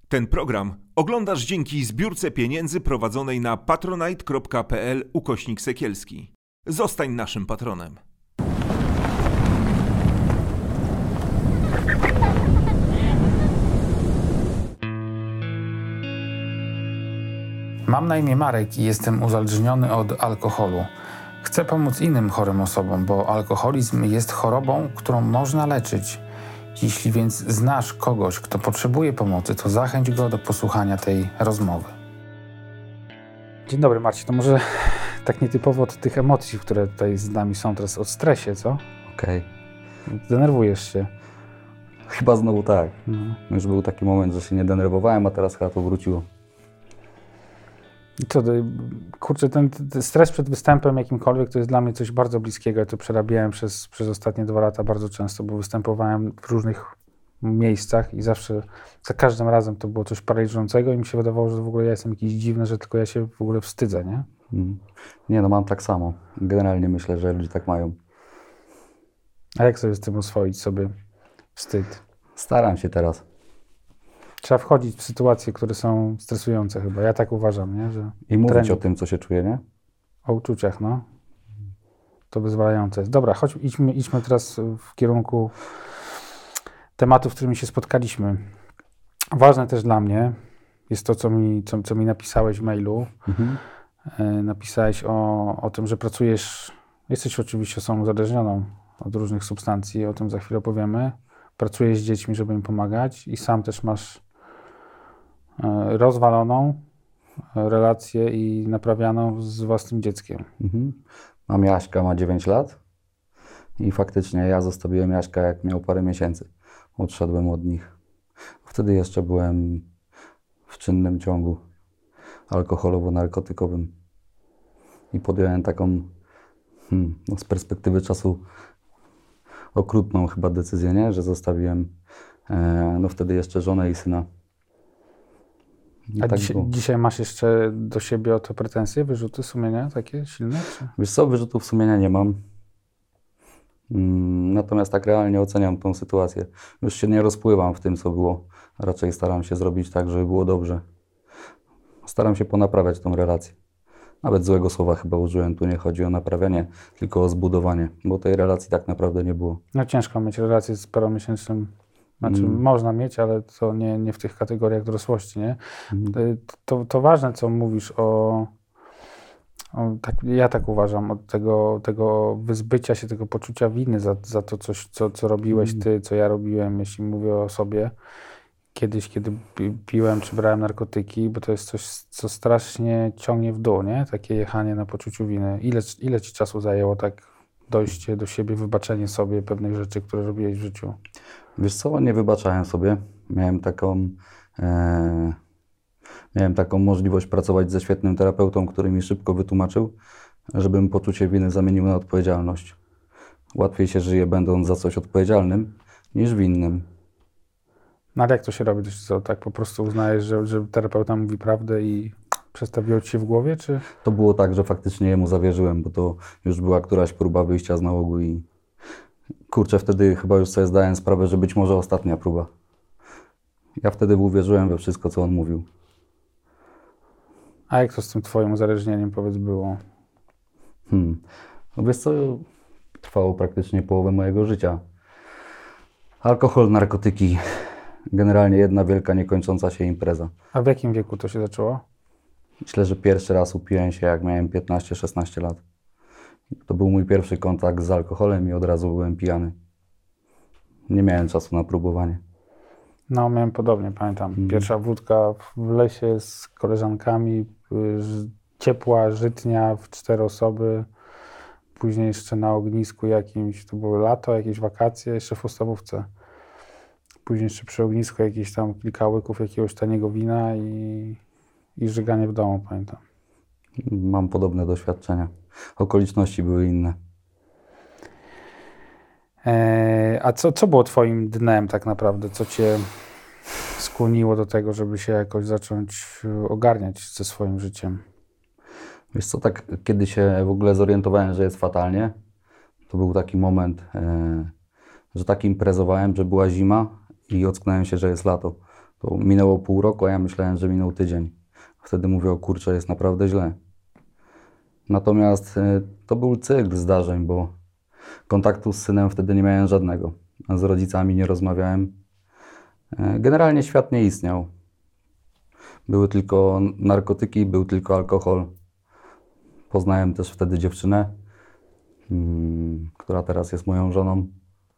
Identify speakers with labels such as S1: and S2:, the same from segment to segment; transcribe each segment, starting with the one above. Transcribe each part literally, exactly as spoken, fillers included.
S1: Ten program oglądasz dzięki zbiórce pieniędzy prowadzonej na patronite.pl ukośnik Sekielski. Zostań naszym patronem.
S2: Mam na imię Marek i jestem uzależniony od alkoholu. Chcę pomóc innym chorym osobom, bo alkoholizm jest chorobą, którą można leczyć. Jeśli więc znasz kogoś, kto potrzebuje pomocy, to zachęć go do posłuchania tej rozmowy. Dzień dobry, Marcin. To może tak nietypowo od tych emocji, które tutaj z nami są teraz, od stresie, co?
S3: Okej.
S2: Okay. Denerwujesz się.
S3: Chyba znowu tak.
S2: No.
S3: Już był taki moment, że się nie denerwowałem, a teraz chyba to wróciło.
S2: I co, kurczę, ten, ten stres przed występem jakimkolwiek to jest dla mnie coś bardzo bliskiego. Ja to przerabiałem przez, przez ostatnie dwa lata bardzo często, bo występowałem w różnych miejscach i zawsze, za każdym razem to było coś paraliżującego i mi się wydawało, że w ogóle ja jestem jakiś dziwny, że tylko ja się w ogóle wstydzę, nie?
S3: Hmm. Nie, no mam tak samo. Generalnie myślę, że ludzie tak mają.
S2: A jak sobie z tym oswoić sobie wstyd?
S3: Staram się teraz.
S2: Trzeba wchodzić w sytuacje, które są stresujące chyba. Ja tak uważam, nie? Że
S3: I mówić
S2: trening,
S3: o tym, co się czuje, nie?
S2: o uczuciach, no. To wyzwalające jest. Dobra, chodź, idźmy, idźmy teraz w kierunku tematów, z którymi się spotkaliśmy. Ważne też dla mnie jest to, co mi, co, co mi napisałeś w mailu.
S3: Mhm.
S2: E, napisałeś o, o tym, że pracujesz, jesteś oczywiście osobą uzależnioną od różnych substancji, o tym za chwilę opowiemy. Pracujesz z dziećmi, żeby im pomagać i sam też masz e, rozwaloną relację i naprawianą z własnym dzieckiem.
S3: Mhm. Mam Jaśka, ma dziewięć lat i faktycznie ja zostawiłem Jaśka, jak miał parę miesięcy. Odszedłem od nich. Wtedy jeszcze byłem w czynnym ciągu alkoholowo-narkotykowym i podjąłem taką hmm, no z perspektywy czasu okrutną chyba decyzję, nie? Że zostawiłem e, no wtedy jeszcze żonę i syna. I
S2: A
S3: tak
S2: dziś,
S3: było.
S2: dzisiaj masz jeszcze do siebie o to pretensje, wyrzuty sumienia takie silne? Czy?
S3: Wiesz co, wyrzutów sumienia nie mam. Mm, natomiast tak realnie oceniam tą sytuację. Już się nie rozpływam w tym, co było. Raczej staram się zrobić tak, żeby było dobrze. Staram się ponaprawiać tą relację. Nawet złego słowa chyba użyłem. Tu nie chodzi o naprawianie, tylko o zbudowanie, bo tej relacji tak naprawdę nie było.
S2: No ciężko mieć relację z paromiesięcznym. Znaczy
S3: Mm.
S2: można mieć, ale to nie, nie w tych kategoriach dorosłości, nie?
S3: Mm.
S2: To, to ważne, co mówisz o, o tak, ja tak uważam, od tego, tego wyzbycia się, tego poczucia winy za, za to, coś, co, co robiłeś
S3: Mm.
S2: ty, co ja robiłem, jeśli mówię o sobie. Kiedyś, kiedy pi- piłem czy brałem narkotyki, bo to jest coś, co strasznie ciągnie w dół, nie? Takie jechanie na poczuciu winy. Ile, ile ci czasu zajęło tak dojście do siebie, wybaczenie sobie pewnych rzeczy, które robiłeś w życiu?
S3: Wiesz co, nie wybaczałem sobie. Miałem taką, e, miałem taką możliwość pracować ze świetnym terapeutą, który mi szybko wytłumaczył, żebym poczucie winy zamienił na odpowiedzialność. Łatwiej się żyje, będąc za coś odpowiedzialnym, niż winnym.
S2: No ale jak to się robi? To co, tak po prostu uznajesz, że, że terapeuta mówi prawdę i przestawiło ci się w głowie, czy?
S3: To było tak, że faktycznie jemu zawierzyłem, bo to już była któraś próba wyjścia z nałogu i kurczę, wtedy chyba już sobie zdałem sprawę, że być może ostatnia próba. Ja wtedy uwierzyłem we wszystko, co on mówił.
S2: A jak to z tym twoim uzależnieniem, powiedz, było?
S3: Hmm. No wiesz co, trwało praktycznie połowę mojego życia. Alkohol, narkotyki, generalnie jedna wielka, niekończąca się impreza.
S2: A w jakim wieku to się zaczęło?
S3: Myślę, że pierwszy raz upiłem się, jak miałem piętnaście szesnaście lat. To był mój pierwszy kontakt z alkoholem i od razu byłem pijany. Nie miałem czasu na próbowanie.
S2: No, miałem podobnie, pamiętam.
S3: Mhm.
S2: Pierwsza wódka w lesie z koleżankami, y, ż- ciepła, żytnia w cztery osoby. Później jeszcze na ognisku jakimś, to było lato, jakieś wakacje, jeszcze w podstawówce. Później jeszcze przy ognisku jakieś tam kilka łyków jakiegoś taniego wina i, i żyganie w domu, pamiętam.
S3: Mam podobne doświadczenia. Okoliczności były inne.
S2: Eee, a co, co było twoim dnem tak naprawdę? Co cię skłoniło do tego, żeby się jakoś zacząć ogarniać ze swoim życiem?
S3: Wiesz co, tak kiedy się w ogóle zorientowałem, że jest fatalnie, to był taki moment, e, że tak imprezowałem, że była zima i ocknąłem się, że jest lato. To To minęło pół roku, a ja myślałem, że minął tydzień. Wtedy mówię, o kurczę, jest naprawdę źle. Natomiast y, to był cykl zdarzeń, bo kontaktu z synem wtedy nie miałem żadnego. Z rodzicami nie rozmawiałem. Y, generalnie świat nie istniał. Były tylko narkotyki, był tylko alkohol. Poznałem też wtedy dziewczynę, y, która teraz jest moją żoną.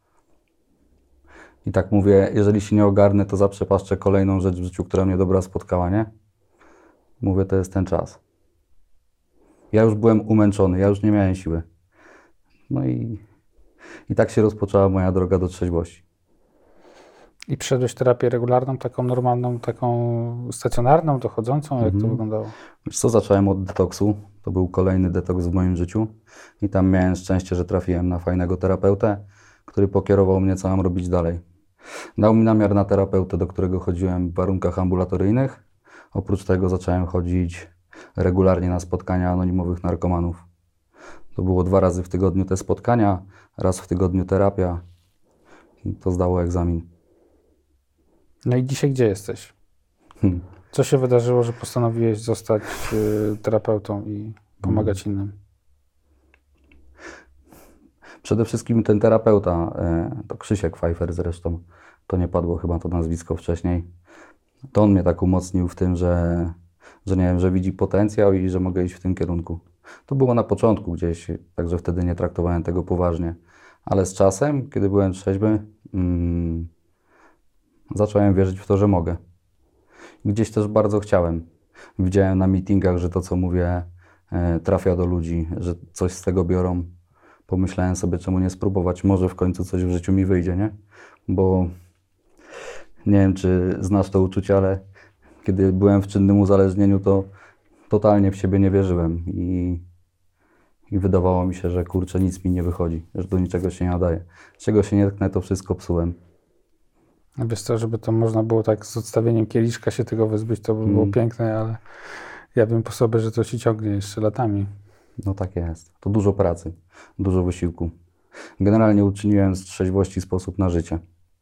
S3: I tak mówię, jeżeli się nie ogarnę, to zaprzepaszczę kolejną rzecz w życiu, która mnie dobra spotkała, nie? Mówię, to jest ten czas. Ja już byłem umęczony, ja już nie miałem siły. No i, i tak się rozpoczęła moja droga do trzeźwości.
S2: I przeszedłeś terapię regularną, taką normalną, taką stacjonarną, dochodzącą? Jak
S3: Mhm.
S2: to wyglądało?
S3: Wiesz co, zacząłem od detoksu. To był kolejny detoks w moim życiu. I tam miałem szczęście, że trafiłem na fajnego terapeutę, który pokierował mnie, co mam robić dalej. Dał mi namiar na terapeutę, do którego chodziłem w warunkach ambulatoryjnych. Oprócz tego zacząłem chodzić regularnie na spotkania anonimowych narkomanów. To było dwa razy w tygodniu te spotkania, raz w tygodniu terapia. I to zdało egzamin.
S2: No i dzisiaj gdzie jesteś?
S3: Hmm.
S2: Co się wydarzyło, że postanowiłeś zostać y, terapeutą i pomagać hmm. innym?
S3: Przede wszystkim ten terapeuta, to Krzysiek Pfeiffer zresztą, to nie padło chyba to nazwisko wcześniej, to on mnie tak umocnił w tym, że, że nie wiem, że widzi potencjał i że mogę iść w tym kierunku. To było na początku gdzieś, także wtedy nie traktowałem tego poważnie. Ale z czasem, kiedy byłem trzeźwy, mm, zacząłem wierzyć w to, że mogę. Gdzieś też bardzo chciałem. Widziałem na meetingach, że to, co mówię, e, trafia do ludzi, że coś z tego biorą. Pomyślałem sobie, czemu nie spróbować, może w końcu coś w życiu mi wyjdzie, nie? Bo nie wiem, czy znasz to uczucie, ale kiedy byłem w czynnym uzależnieniu, to totalnie w siebie nie wierzyłem i, i wydawało mi się, że kurczę, nic mi nie wychodzi, że do niczego się nie nadaje. Czego się nie tknę, to wszystko psułem.
S2: No wiesz co, żeby to można było tak z odstawieniem kieliszka się tego wyzbyć, to by było
S3: Mm.
S2: piękne, ale ja wiem po sobie, że to się ciągnie jeszcze latami.
S3: No tak jest. To dużo pracy, dużo wysiłku. Generalnie uczyniłem z trzeźwości sposób na życie.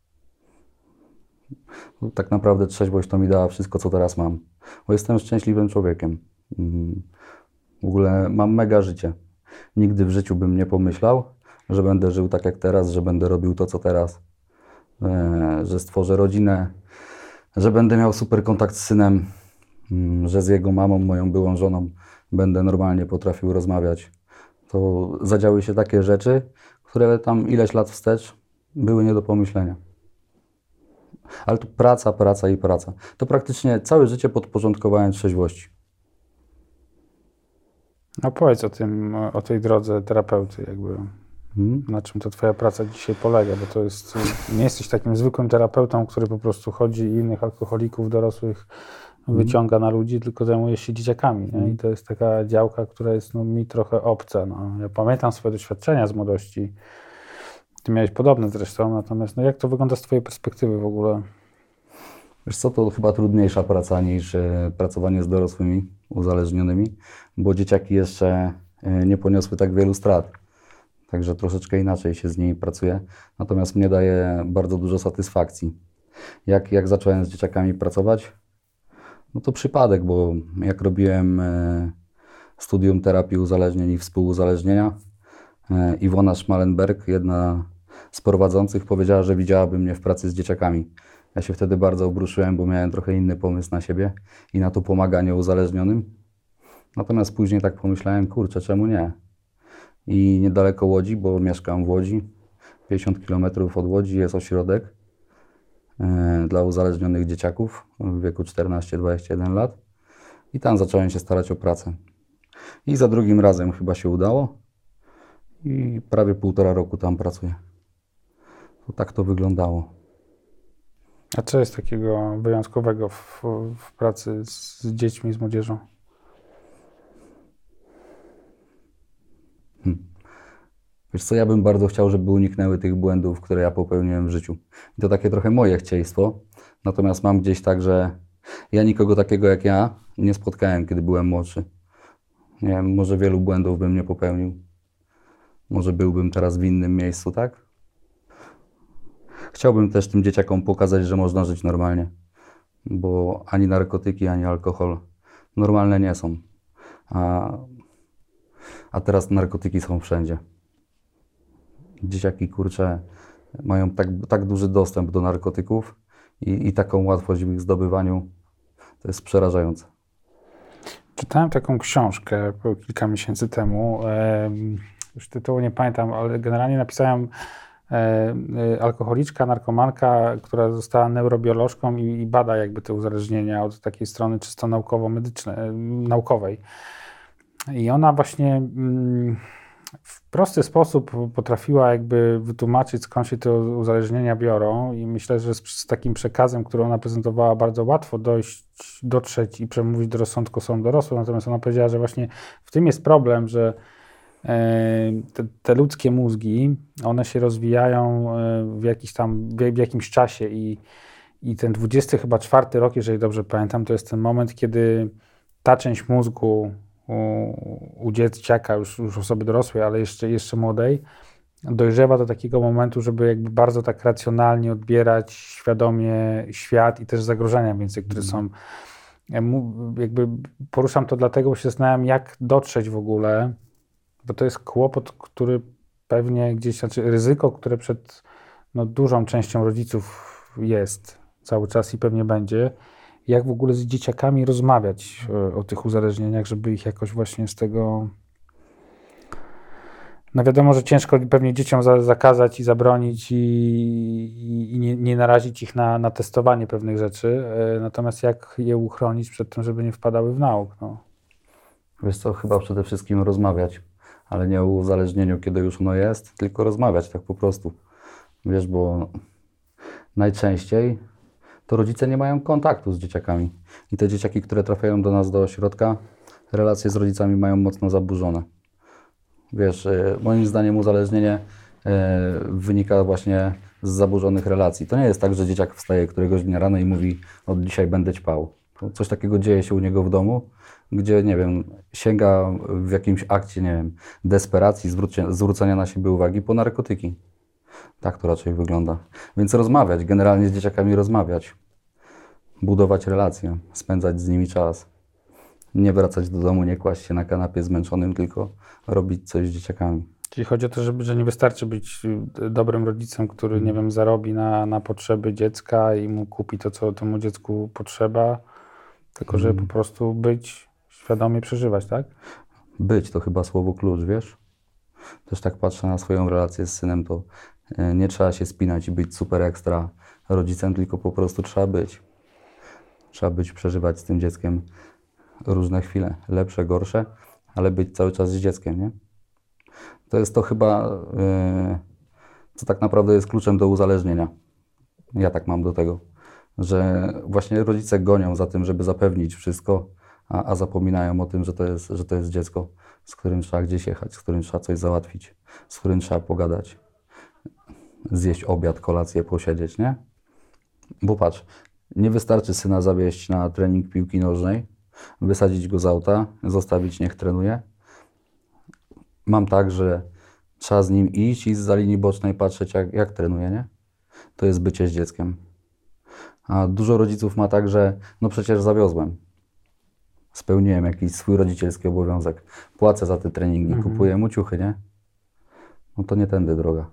S3: No, tak naprawdę trzeźwość to mi dała wszystko, co teraz mam. Bo jestem szczęśliwym człowiekiem. Mm. W ogóle mam mega życie. Nigdy w życiu bym nie pomyślał, że będę żył tak jak teraz, że będę robił to, co teraz. E, że stworzę rodzinę, że będę miał super kontakt z synem, mm, że z jego mamą, moją byłą żoną, będę normalnie potrafił rozmawiać. To zadziały się takie rzeczy, które tam ileś lat wstecz były nie do pomyślenia. Ale to praca, praca i praca. To praktycznie całe życie podporządkowałem trzeźwości.
S2: No powiedz o tym, o tej drodze terapeuty, jakby
S3: Hmm?
S2: na czym ta twoja praca dzisiaj polega, bo to jest, nie jesteś takim zwykłym terapeutą, który po prostu chodzi i innych alkoholików dorosłych wyciąga na ludzi, tylko zajmuje się dzieciakami. Nie? I to jest taka działka, która jest no, mi trochę obca. No. Ja pamiętam swoje doświadczenia z młodości. Ty miałeś podobne zresztą, natomiast no, jak to wygląda z twojej perspektywy w ogóle?
S3: Wiesz co, to chyba trudniejsza praca niż e, pracowanie z dorosłymi uzależnionymi, bo dzieciaki jeszcze e, nie poniosły tak wielu strat. Także troszeczkę inaczej się z nimi pracuje. Natomiast mnie daje bardzo dużo satysfakcji. Jak, jak zacząłem z dzieciakami pracować? No to przypadek, bo jak robiłem e, studium terapii uzależnień i współuzależnienia, e, Iwona Schmalenberg, jedna z prowadzących, powiedziała, że widziałaby mnie w pracy z dzieciakami. Ja się wtedy bardzo obruszyłem, bo miałem trochę inny pomysł na siebie i na to pomaganie uzależnionym. Natomiast później tak pomyślałem, kurczę, czemu nie? I niedaleko Łodzi, bo mieszkam w Łodzi, pięćdziesiąt kilometrów od Łodzi jest ośrodek e, dla uzależnionych dzieciaków w wieku czternaście dwadzieścia jeden lat. I tam zacząłem się starać o pracę. I za drugim razem chyba się udało i prawie półtora roku tam pracuję. To tak to wyglądało.
S2: A co jest takiego wyjątkowego w, w pracy z dziećmi, z młodzieżą?
S3: Hmm. Wiesz co, ja bym bardzo chciał, żeby uniknęły tych błędów, które ja popełniłem w życiu. I to takie trochę moje chcieństwo. Natomiast mam gdzieś tak, że ja nikogo takiego jak ja nie spotkałem, kiedy byłem młodszy. Nie wiem, może wielu błędów bym nie popełnił. Może byłbym teraz w innym miejscu, tak? Chciałbym też tym dzieciakom pokazać, że można żyć normalnie. bo ani narkotyki, ani alkohol normalne nie są. A, a teraz narkotyki są wszędzie. Dzieciaki, kurcze, mają tak, tak duży dostęp do narkotyków i, i taką łatwość w ich zdobywaniu. To jest przerażające.
S2: Czytałem taką książkę kilka miesięcy temu. Już tytułu nie pamiętam, ale generalnie napisałem alkoholiczka, narkomanka, która została neurobiolożką i, i bada jakby te uzależnienia od takiej strony czysto naukowo-medycznej, naukowej. I ona właśnie w prosty sposób potrafiła jakby wytłumaczyć, skąd się te uzależnienia biorą i myślę, że z, z takim przekazem, który ona prezentowała, bardzo łatwo dojść, dotrzeć i przemówić do rozsądku osobom dorosłym. Natomiast ona powiedziała, że właśnie w tym jest problem, że Te, te ludzkie mózgi, one się rozwijają w jakiś tam, w jakimś czasie i, i ten dwudziesty chyba czwarty rok, jeżeli dobrze pamiętam, to jest ten moment, kiedy ta część mózgu u, u dzieciaka, już, już osoby dorosłej, ale jeszcze, jeszcze młodej, dojrzewa do takiego momentu, żeby jakby bardzo tak racjonalnie odbierać świadomie świat i też zagrożenia więcej, które mm. są. Ja mu, jakby poruszam to dlatego, bo się zastanawiam, jak dotrzeć w ogóle, bo to jest kłopot, który pewnie gdzieś, znaczy ryzyko, które przed no, dużą częścią rodziców jest cały czas i pewnie będzie, jak w ogóle z dzieciakami rozmawiać o, o tych uzależnieniach, żeby ich jakoś właśnie z tego... No wiadomo, że ciężko pewnie dzieciom za, zakazać i zabronić i, i, i nie, nie narazić ich na, na testowanie pewnych rzeczy, natomiast jak je uchronić przed tym, żeby nie wpadały w nauk? No.
S3: Wiesz co, chyba przede wszystkim rozmawiać. Ale nie o uzależnieniu, kiedy już ono jest, tylko rozmawiać tak po prostu. Wiesz, bo najczęściej to rodzice nie mają kontaktu z dzieciakami. I te dzieciaki, które trafiają do nas do ośrodka, relacje z rodzicami mają mocno zaburzone. Wiesz, moim zdaniem uzależnienie wynika właśnie z zaburzonych relacji. To nie jest tak, że dzieciak wstaje któregoś dnia rano i mówi: od dzisiaj będę ćpał. Coś takiego dzieje się u niego w domu, gdzie, nie wiem, sięga w jakimś akcie, nie wiem, desperacji, zwrócenia na siebie uwagi po narkotyki. Tak to raczej wygląda. Więc rozmawiać, generalnie z dzieciakami rozmawiać. Budować relacje, spędzać z nimi czas. Nie wracać do domu, nie kłaść się na kanapie zmęczonym, tylko robić coś z dzieciakami.
S2: Czyli chodzi o to, żeby, że nie wystarczy być dobrym rodzicem, który, nie wiem, zarobi na, na potrzeby dziecka i mu kupi to, co temu dziecku potrzeba, tylko żeby po prostu być, świadomie przeżywać, tak?
S3: Być to chyba słowo klucz, wiesz? Też tak patrzę na swoją relację z synem, to nie trzeba się spinać i być super ekstra rodzicem, tylko po prostu trzeba być. Trzeba być, przeżywać z tym dzieckiem różne chwile, lepsze, gorsze, ale być cały czas z dzieckiem, nie? To jest to chyba, yy, co tak naprawdę jest kluczem do uzależnienia. Ja tak mam do tego, że właśnie rodzice gonią za tym, żeby zapewnić wszystko, a, a zapominają o tym, że to jest, że to jest dziecko, z którym trzeba gdzieś jechać, z którym trzeba coś załatwić, z którym trzeba pogadać, zjeść obiad, kolację, posiedzieć, nie? Bo patrz, nie wystarczy syna zawieźć na trening piłki nożnej, wysadzić go z auta, zostawić, niech trenuje. Mam tak, że trzeba z nim iść i zza linii bocznej patrzeć, jak, jak trenuje, nie? To jest bycie z dzieckiem. A dużo rodziców ma tak, że no przecież zawiozłem. Spełniłem jakiś swój rodzicielski obowiązek. Płacę za te treningi, mhm. kupuję mu ciuchy, nie? No to nie tędy droga.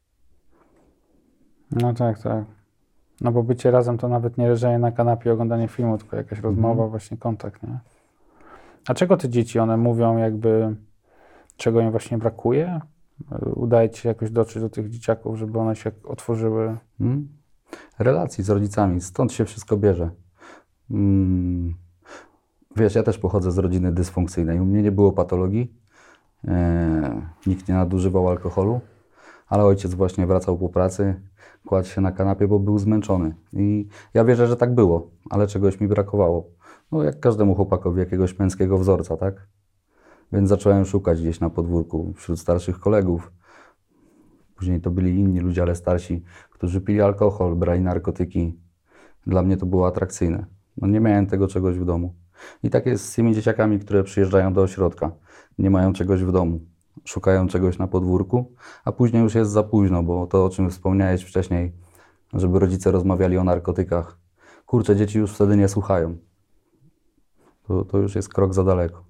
S2: No tak, tak. No bo bycie razem to nawet nie leżenie na kanapie, oglądanie filmu, tylko jakaś mhm. rozmowa, właśnie kontakt, nie? A czego te dzieci, one mówią jakby, czego im właśnie brakuje? Udaje ci się jakoś dotrzeć do tych dzieciaków, żeby one się otworzyły?
S3: Hmm. Relacji z rodzicami, stąd się wszystko bierze. Hmm. Wiesz, ja też pochodzę z rodziny dysfunkcyjnej. U mnie nie było patologii, e, nikt nie nadużywał alkoholu, ale ojciec właśnie wracał po pracy, kładł się na kanapie, bo był zmęczony. I ja wierzę, że tak było, ale czegoś mi brakowało. No jak każdemu chłopakowi jakiegoś męskiego wzorca, tak? Więc zacząłem szukać gdzieś na podwórku, wśród starszych kolegów. Później to byli inni ludzie, ale starsi, którzy pili alkohol, brali narkotyki. Dla mnie to było atrakcyjne. No nie miałem tego czegoś w domu. I tak jest z tymi dzieciakami, które przyjeżdżają do ośrodka. Nie mają czegoś w domu. Szukają czegoś na podwórku, a później już jest za późno, bo to, o czym wspomniałeś wcześniej, żeby rodzice rozmawiali o narkotykach, kurczę, dzieci już wtedy nie słuchają. To, to już jest krok za daleko.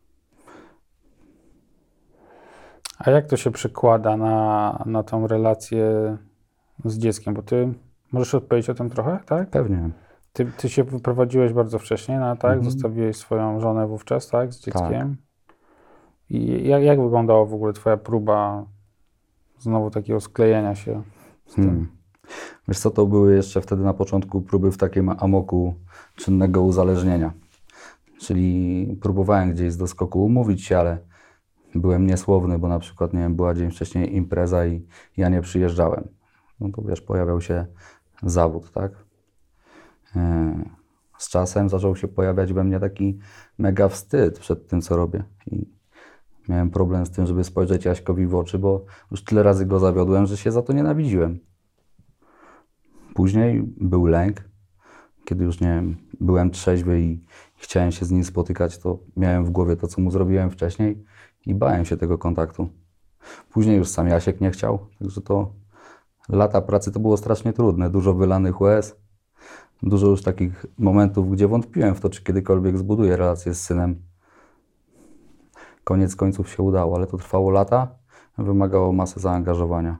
S2: A jak to się przekłada na, na tą relację z dzieckiem? Bo ty możesz odpowiedzieć o tym trochę, tak?
S3: Pewnie.
S2: Ty, ty się wyprowadziłeś bardzo wcześnie, no, tak?
S3: Mhm.
S2: Zostawiłeś swoją żonę wówczas, tak? Z dzieckiem. Tak. I jak, jak wyglądała w ogóle twoja próba znowu takiego sklejenia się z tym?
S3: Hmm. Wiesz co, to były jeszcze wtedy na początku próby w takim amoku czynnego uzależnienia. Czyli próbowałem gdzieś z doskoku umówić się, ale byłem niesłowny, bo na przykład, nie wiem, była dzień wcześniej impreza i ja nie przyjeżdżałem. No to wiesz, pojawiał się zawód, tak? Z czasem zaczął się pojawiać we mnie taki mega wstyd przed tym, co robię. I miałem problem z tym, żeby spojrzeć Jaśkowi w oczy, bo już tyle razy go zawiodłem, że się za to nienawidziłem. Później był lęk, kiedy już, nie wiem, byłem trzeźwy i chciałem się z nim spotykać, to miałem w głowie to, co mu zrobiłem wcześniej i bałem się tego kontaktu. Później już sam Jasiek nie chciał, także to lata pracy to było strasznie trudne, dużo wylanych łez, dużo już takich momentów, gdzie wątpiłem w to, czy kiedykolwiek zbuduję relację z synem. Koniec końców się udało, ale to trwało lata, wymagało masy zaangażowania.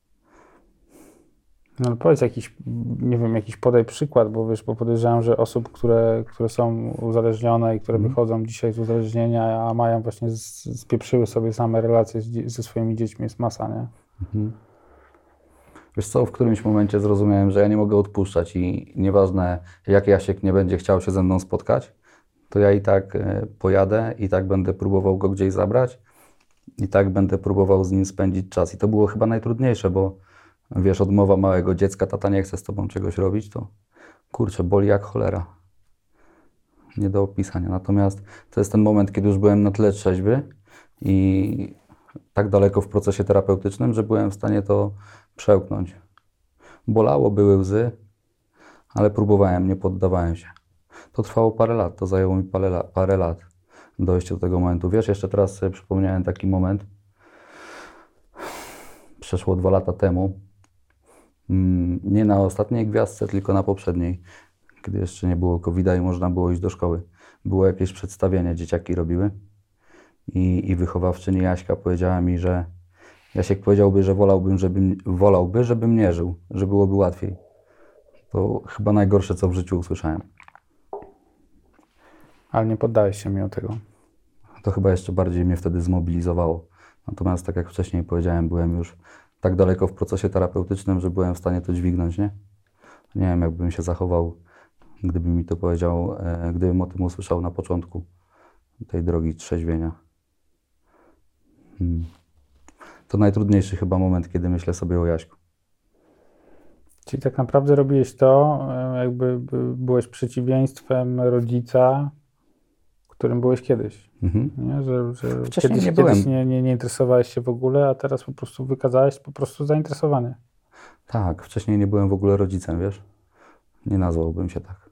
S2: No ale powiedz jakiś, nie wiem, jakiś podaj przykład, bo wiesz, bo podejrzewam, że osób, które, które są uzależnione i które mm. wychodzą dzisiaj z uzależnienia, a mają właśnie, z, spieprzyły sobie same relacje z, ze swoimi dziećmi, jest masa, nie? Mhm.
S3: Wiesz co, w którymś momencie zrozumiałem, że ja nie mogę odpuszczać i nieważne, jak Jasiek nie będzie chciał się ze mną spotkać, to ja i tak pojadę, i tak będę próbował go gdzieś zabrać, i tak będę próbował z nim spędzić czas. I to było chyba najtrudniejsze, bo wiesz, odmowa małego dziecka, tata nie chce z tobą czegoś robić, to kurczę, boli jak cholera. Nie do opisania. Natomiast to jest ten moment, kiedy już byłem na tyle trzeźwy i tak daleko w procesie terapeutycznym, że byłem w stanie to przełknąć. Bolało, były łzy, ale próbowałem, nie poddawałem się. To trwało parę lat, to zajęło mi parę lat, parę lat dojście do tego momentu. Wiesz, jeszcze teraz sobie przypomniałem taki moment, przeszło dwa lata temu, nie na ostatniej gwiazdce, tylko na poprzedniej, kiedy jeszcze nie było kowida i można było iść do szkoły. Było jakieś przedstawienie, dzieciaki robiły i, i wychowawczyni Jaśka powiedziała mi, że Jasiek powiedziałby, że wolałbym, żebym, wolałby, żebym nie żył, że byłoby łatwiej. To chyba najgorsze, co w życiu usłyszałem.
S2: Ale nie poddałeś się mimo tego.
S3: To chyba jeszcze bardziej mnie wtedy zmobilizowało. Natomiast tak jak wcześniej powiedziałem, byłem już tak daleko w procesie terapeutycznym, że byłem w stanie to dźwignąć, nie? Nie wiem, jakbym się zachował, gdyby mi to powiedział, e, gdybym o tym usłyszał na początku tej drogi trzeźwienia. Hmm. To najtrudniejszy chyba moment, kiedy myślę sobie o Jaśku.
S2: Czyli tak naprawdę robiłeś to, jakby byłeś przeciwieństwem rodzica, którym byłeś kiedyś. Mhm. Nie? Że, że
S3: Wcześniej
S2: kiedyś,
S3: nie byłem.
S2: Kiedyś nie, nie, nie interesowałeś się w ogóle, a teraz po prostu wykazałeś po prostu zainteresowanie.
S3: Tak, wcześniej nie byłem w ogóle rodzicem, wiesz? Nie nazwałbym się tak.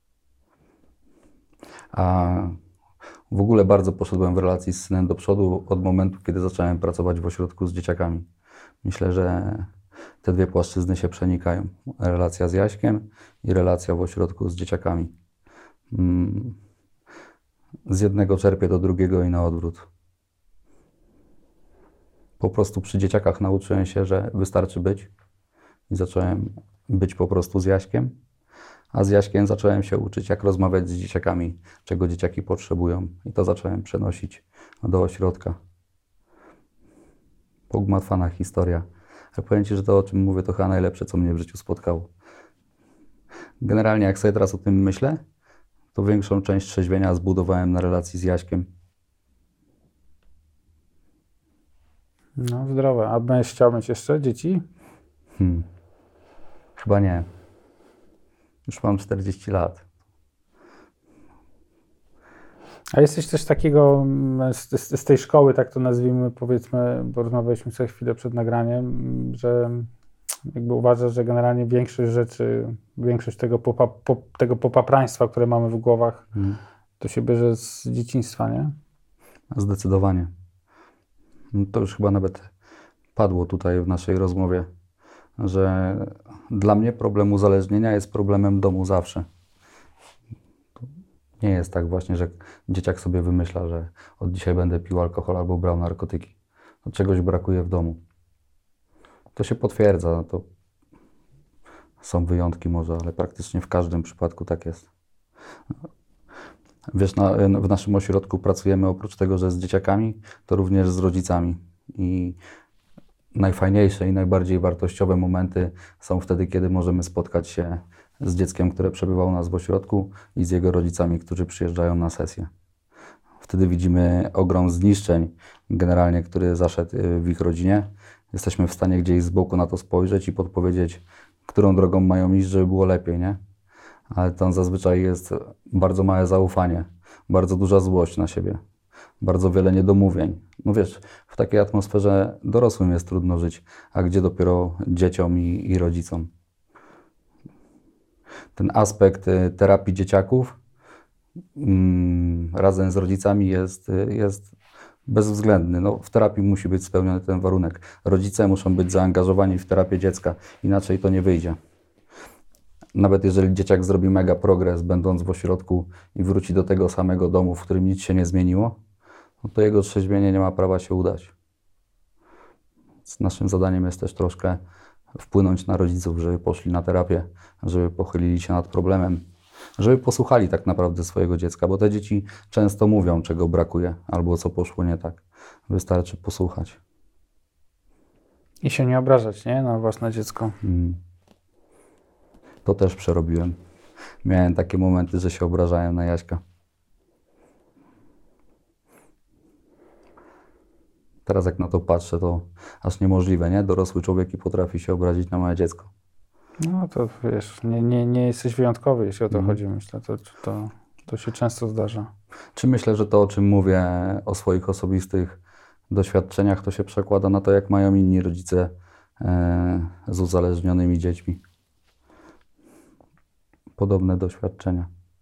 S3: A w ogóle bardzo poszedłem w relacji z synem do przodu od momentu, kiedy zacząłem pracować w ośrodku z dzieciakami. Myślę, że te dwie płaszczyzny się przenikają. Relacja z Jaśkiem i relacja w ośrodku z dzieciakami. Z jednego czerpię do drugiego i na odwrót. Po prostu przy dzieciakach nauczyłem się, że wystarczy być i zacząłem być po prostu z Jaśkiem, a z Jaśkiem zacząłem się uczyć, jak rozmawiać z dzieciakami, czego dzieciaki potrzebują i to zacząłem przenosić do ośrodka. Pogmatwana historia. Ale powiem Ci, że to, o czym mówię, to chyba najlepsze, co mnie w życiu spotkało. Generalnie, jak sobie teraz o tym myślę, to większą część trzeźwienia zbudowałem na relacji z Jaśkiem.
S2: No, zdrowe. A będziesz chciał mieć jeszcze dzieci?
S3: Hmm. Chyba nie. Już mam czterdzieści lat.
S2: A jesteś też takiego, z, z, z tej szkoły, tak to nazwijmy, powiedzmy, bo rozmawialiśmy sobie chwilę przed nagraniem, że jakby uważasz, że generalnie większość rzeczy, większość tego, popa, po, tego popapraństwa, które mamy w głowach, hmm. to się bierze z dzieciństwa, nie?
S3: Zdecydowanie. To już chyba nawet padło tutaj w naszej rozmowie, że dla mnie problem uzależnienia jest problemem domu zawsze. To nie jest tak właśnie, że dzieciak sobie wymyśla, że od dzisiaj będę pił alkohol albo brał narkotyki. To czegoś brakuje w domu. To się potwierdza. To są wyjątki może, ale praktycznie w każdym przypadku tak jest. Wiesz, na, w naszym ośrodku pracujemy oprócz tego, że z dzieciakami, to również z rodzicami. I najfajniejsze i najbardziej wartościowe momenty są wtedy, kiedy możemy spotkać się z dzieckiem, które przebywa u nas w ośrodku i z jego rodzicami, którzy przyjeżdżają na sesję. Wtedy widzimy ogrom zniszczeń generalnie, który zaszedł w ich rodzinie. Jesteśmy w stanie gdzieś z boku na to spojrzeć i podpowiedzieć, którą drogą mają iść, żeby było lepiej, nie? Ale tam zazwyczaj jest bardzo małe zaufanie, bardzo duża złość na siebie, bardzo wiele niedomówień. No wiesz, w takiej atmosferze dorosłym jest trudno żyć, a gdzie dopiero dzieciom i, i rodzicom. Ten aspekt terapii dzieciaków mm, razem z rodzicami jest, jest bezwzględny. No, w terapii musi być spełniony ten warunek. Rodzice muszą być zaangażowani w terapię dziecka, inaczej to nie wyjdzie. Nawet jeżeli dzieciak zrobi mega progres, będąc w ośrodku i wróci do tego samego domu, w którym nic się nie zmieniło, no to jego trzeźwienie nie ma prawa się udać. Więc naszym zadaniem jest też troszkę wpłynąć na rodziców, żeby poszli na terapię, żeby pochylili się nad problemem, żeby posłuchali tak naprawdę swojego dziecka, bo te dzieci często mówią, czego brakuje albo co poszło nie tak. Wystarczy posłuchać.
S2: I się nie obrażać, nie? Na własne dziecko.
S3: Mm. To też przerobiłem. Miałem takie momenty, że się obrażałem na Jaśka. Teraz jak na to patrzę, to aż niemożliwe, nie? Dorosły człowiek i potrafi się obrazić na małe dziecko.
S2: No to wiesz, nie, nie, nie jesteś wyjątkowy, jeśli o to
S3: Mhm.
S2: chodzi, myślę. To, to, to się często zdarza.
S3: Czy myślę, że to, o czym mówię, o swoich osobistych doświadczeniach, to się przekłada na to, jak mają inni rodzice e, z uzależnionymi dziećmi. Podobne doświadczenia.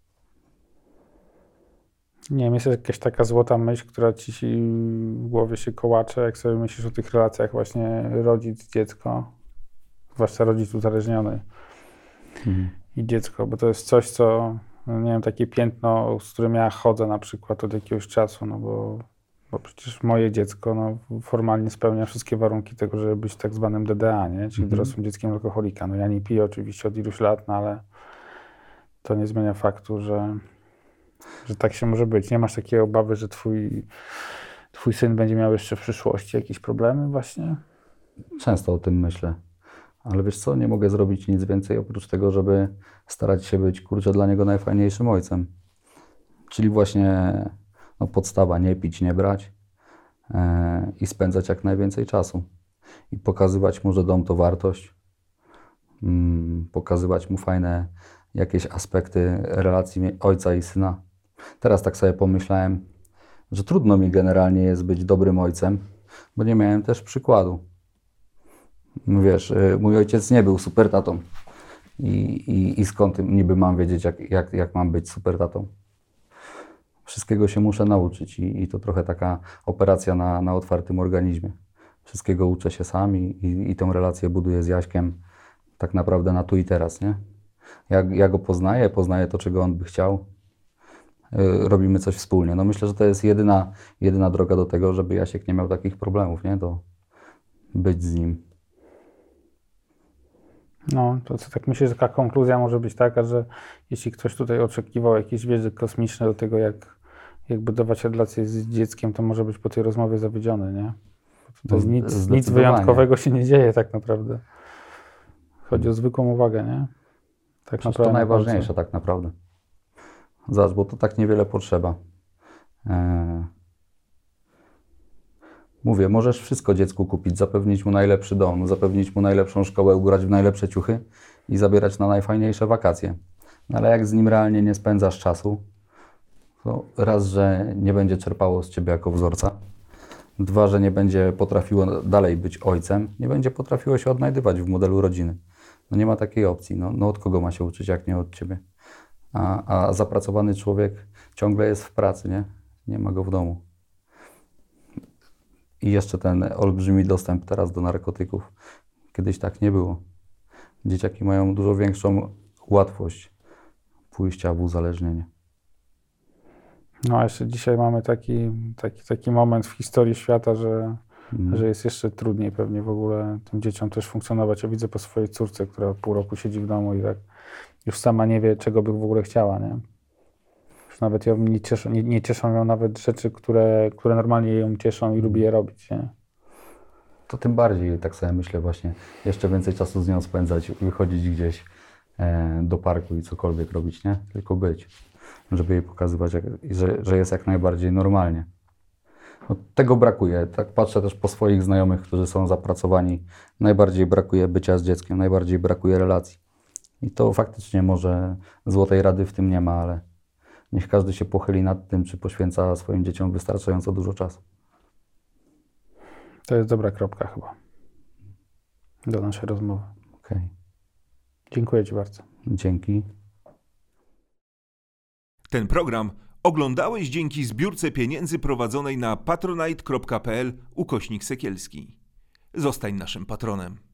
S2: Nie wiem, jest jakaś taka złota myśl, która ci się w głowie się kołacze, jak sobie myślisz o tych relacjach właśnie rodzic-dziecko, zwłaszcza rodzic uzależniony
S3: Mhm.
S2: i dziecko, bo to jest coś, co, no nie wiem, takie piętno, z którym ja chodzę na przykład od jakiegoś czasu, no bo, bo przecież moje dziecko no, formalnie spełnia wszystkie warunki tego, żeby być tak zwanym D D A, nie? Czyli
S3: Mhm.
S2: dorosłym dzieckiem alkoholika. No ja nie piję oczywiście od iluś lat, no ale to nie zmienia faktu, że że tak się może być. Nie masz takiej obawy, że twój, twój syn będzie miał jeszcze w przyszłości jakieś problemy właśnie?
S3: Często o tym myślę. Ale wiesz co, nie mogę zrobić nic więcej oprócz tego, żeby starać się być, kurczę, dla niego najfajniejszym ojcem. Czyli właśnie no, podstawa, nie pić, nie brać e, i spędzać jak najwięcej czasu. I pokazywać mu, że dom to wartość. Mm, pokazywać mu fajne jakieś aspekty relacji ojca i syna. Teraz tak sobie pomyślałem, że trudno mi generalnie jest być dobrym ojcem, bo nie miałem też przykładu. Wiesz, mój ojciec nie był super tatą. I, i, i skąd niby mam wiedzieć, jak, jak, jak mam być super tatą? Wszystkiego się muszę nauczyć i, i to trochę taka operacja na, na otwartym organizmie. Wszystkiego uczę się sam i, i, i tę relację buduję z Jaśkiem tak naprawdę na tu i teraz, nie? Ja, ja go poznaję, poznaję to, czego on by chciał. Yy, robimy coś wspólnie. No myślę, że to jest jedyna, jedyna droga do tego, żeby Jasiek nie miał takich problemów, nie? To być z nim.
S2: No, to co, tak myślę, że taka konkluzja może być taka, że jeśli ktoś tutaj oczekiwał jakiejś wiedzy kosmicznej do tego, jak, jak budować relacje z dzieckiem, to może być po tej rozmowie zawiedziony, nie? Bo to jest nic, nic wyjątkowego się nie dzieje tak naprawdę. Chodzi o zwykłą uwagę, nie? Tak
S3: Przecież to najważniejsze tak naprawdę. Zobacz, bo to tak niewiele potrzeba. Eee... Mówię, możesz wszystko dziecku kupić, zapewnić mu najlepszy dom, zapewnić mu najlepszą szkołę, ubrać w najlepsze ciuchy i zabierać na najfajniejsze wakacje. No ale jak z nim realnie nie spędzasz czasu, to raz, że nie będzie czerpało z ciebie jako wzorca, dwa, że nie będzie potrafiło dalej być ojcem, nie będzie potrafiło się odnajdywać w modelu rodziny. No nie ma takiej opcji. No, no od kogo ma się uczyć, jak nie od ciebie? A, a zapracowany człowiek ciągle jest w pracy, nie? Nie ma go w domu. I jeszcze ten olbrzymi dostęp teraz do narkotyków. Kiedyś tak nie było. Dzieciaki mają dużo większą łatwość pójścia w uzależnienie.
S2: No a jeszcze dzisiaj mamy taki, taki, taki moment w historii świata, że,
S3: Mhm.
S2: że jest jeszcze trudniej pewnie w ogóle tym dzieciom też funkcjonować. Ja widzę po swojej córce, która pół roku siedzi w domu i tak już sama nie wie, czego by w ogóle chciała, nie? Już nawet ją nie cieszą, nie, nie cieszą ją nawet rzeczy, które, które normalnie ją cieszą i lubi je robić, nie?
S3: To tym bardziej, tak sobie myślę właśnie, jeszcze więcej czasu z nią spędzać, wychodzić gdzieś e, do parku i cokolwiek robić, nie? Tylko być, żeby jej pokazywać, jak, że, że jest jak najbardziej normalnie. No, tego brakuje. Tak patrzę też po swoich znajomych, którzy są zapracowani. Najbardziej brakuje bycia z dzieckiem, najbardziej brakuje relacji. I to faktycznie może złotej rady w tym nie ma, ale niech każdy się pochyli nad tym, czy poświęca swoim dzieciom wystarczająco dużo czasu.
S2: To jest dobra kropka chyba do naszej rozmowy.
S3: Okej.
S2: Dziękuję Ci bardzo.
S3: Dzięki.
S1: Ten program oglądałeś dzięki zbiórce pieniędzy prowadzonej na patronite kropka pl ukośnik Sekielski. Zostań naszym patronem.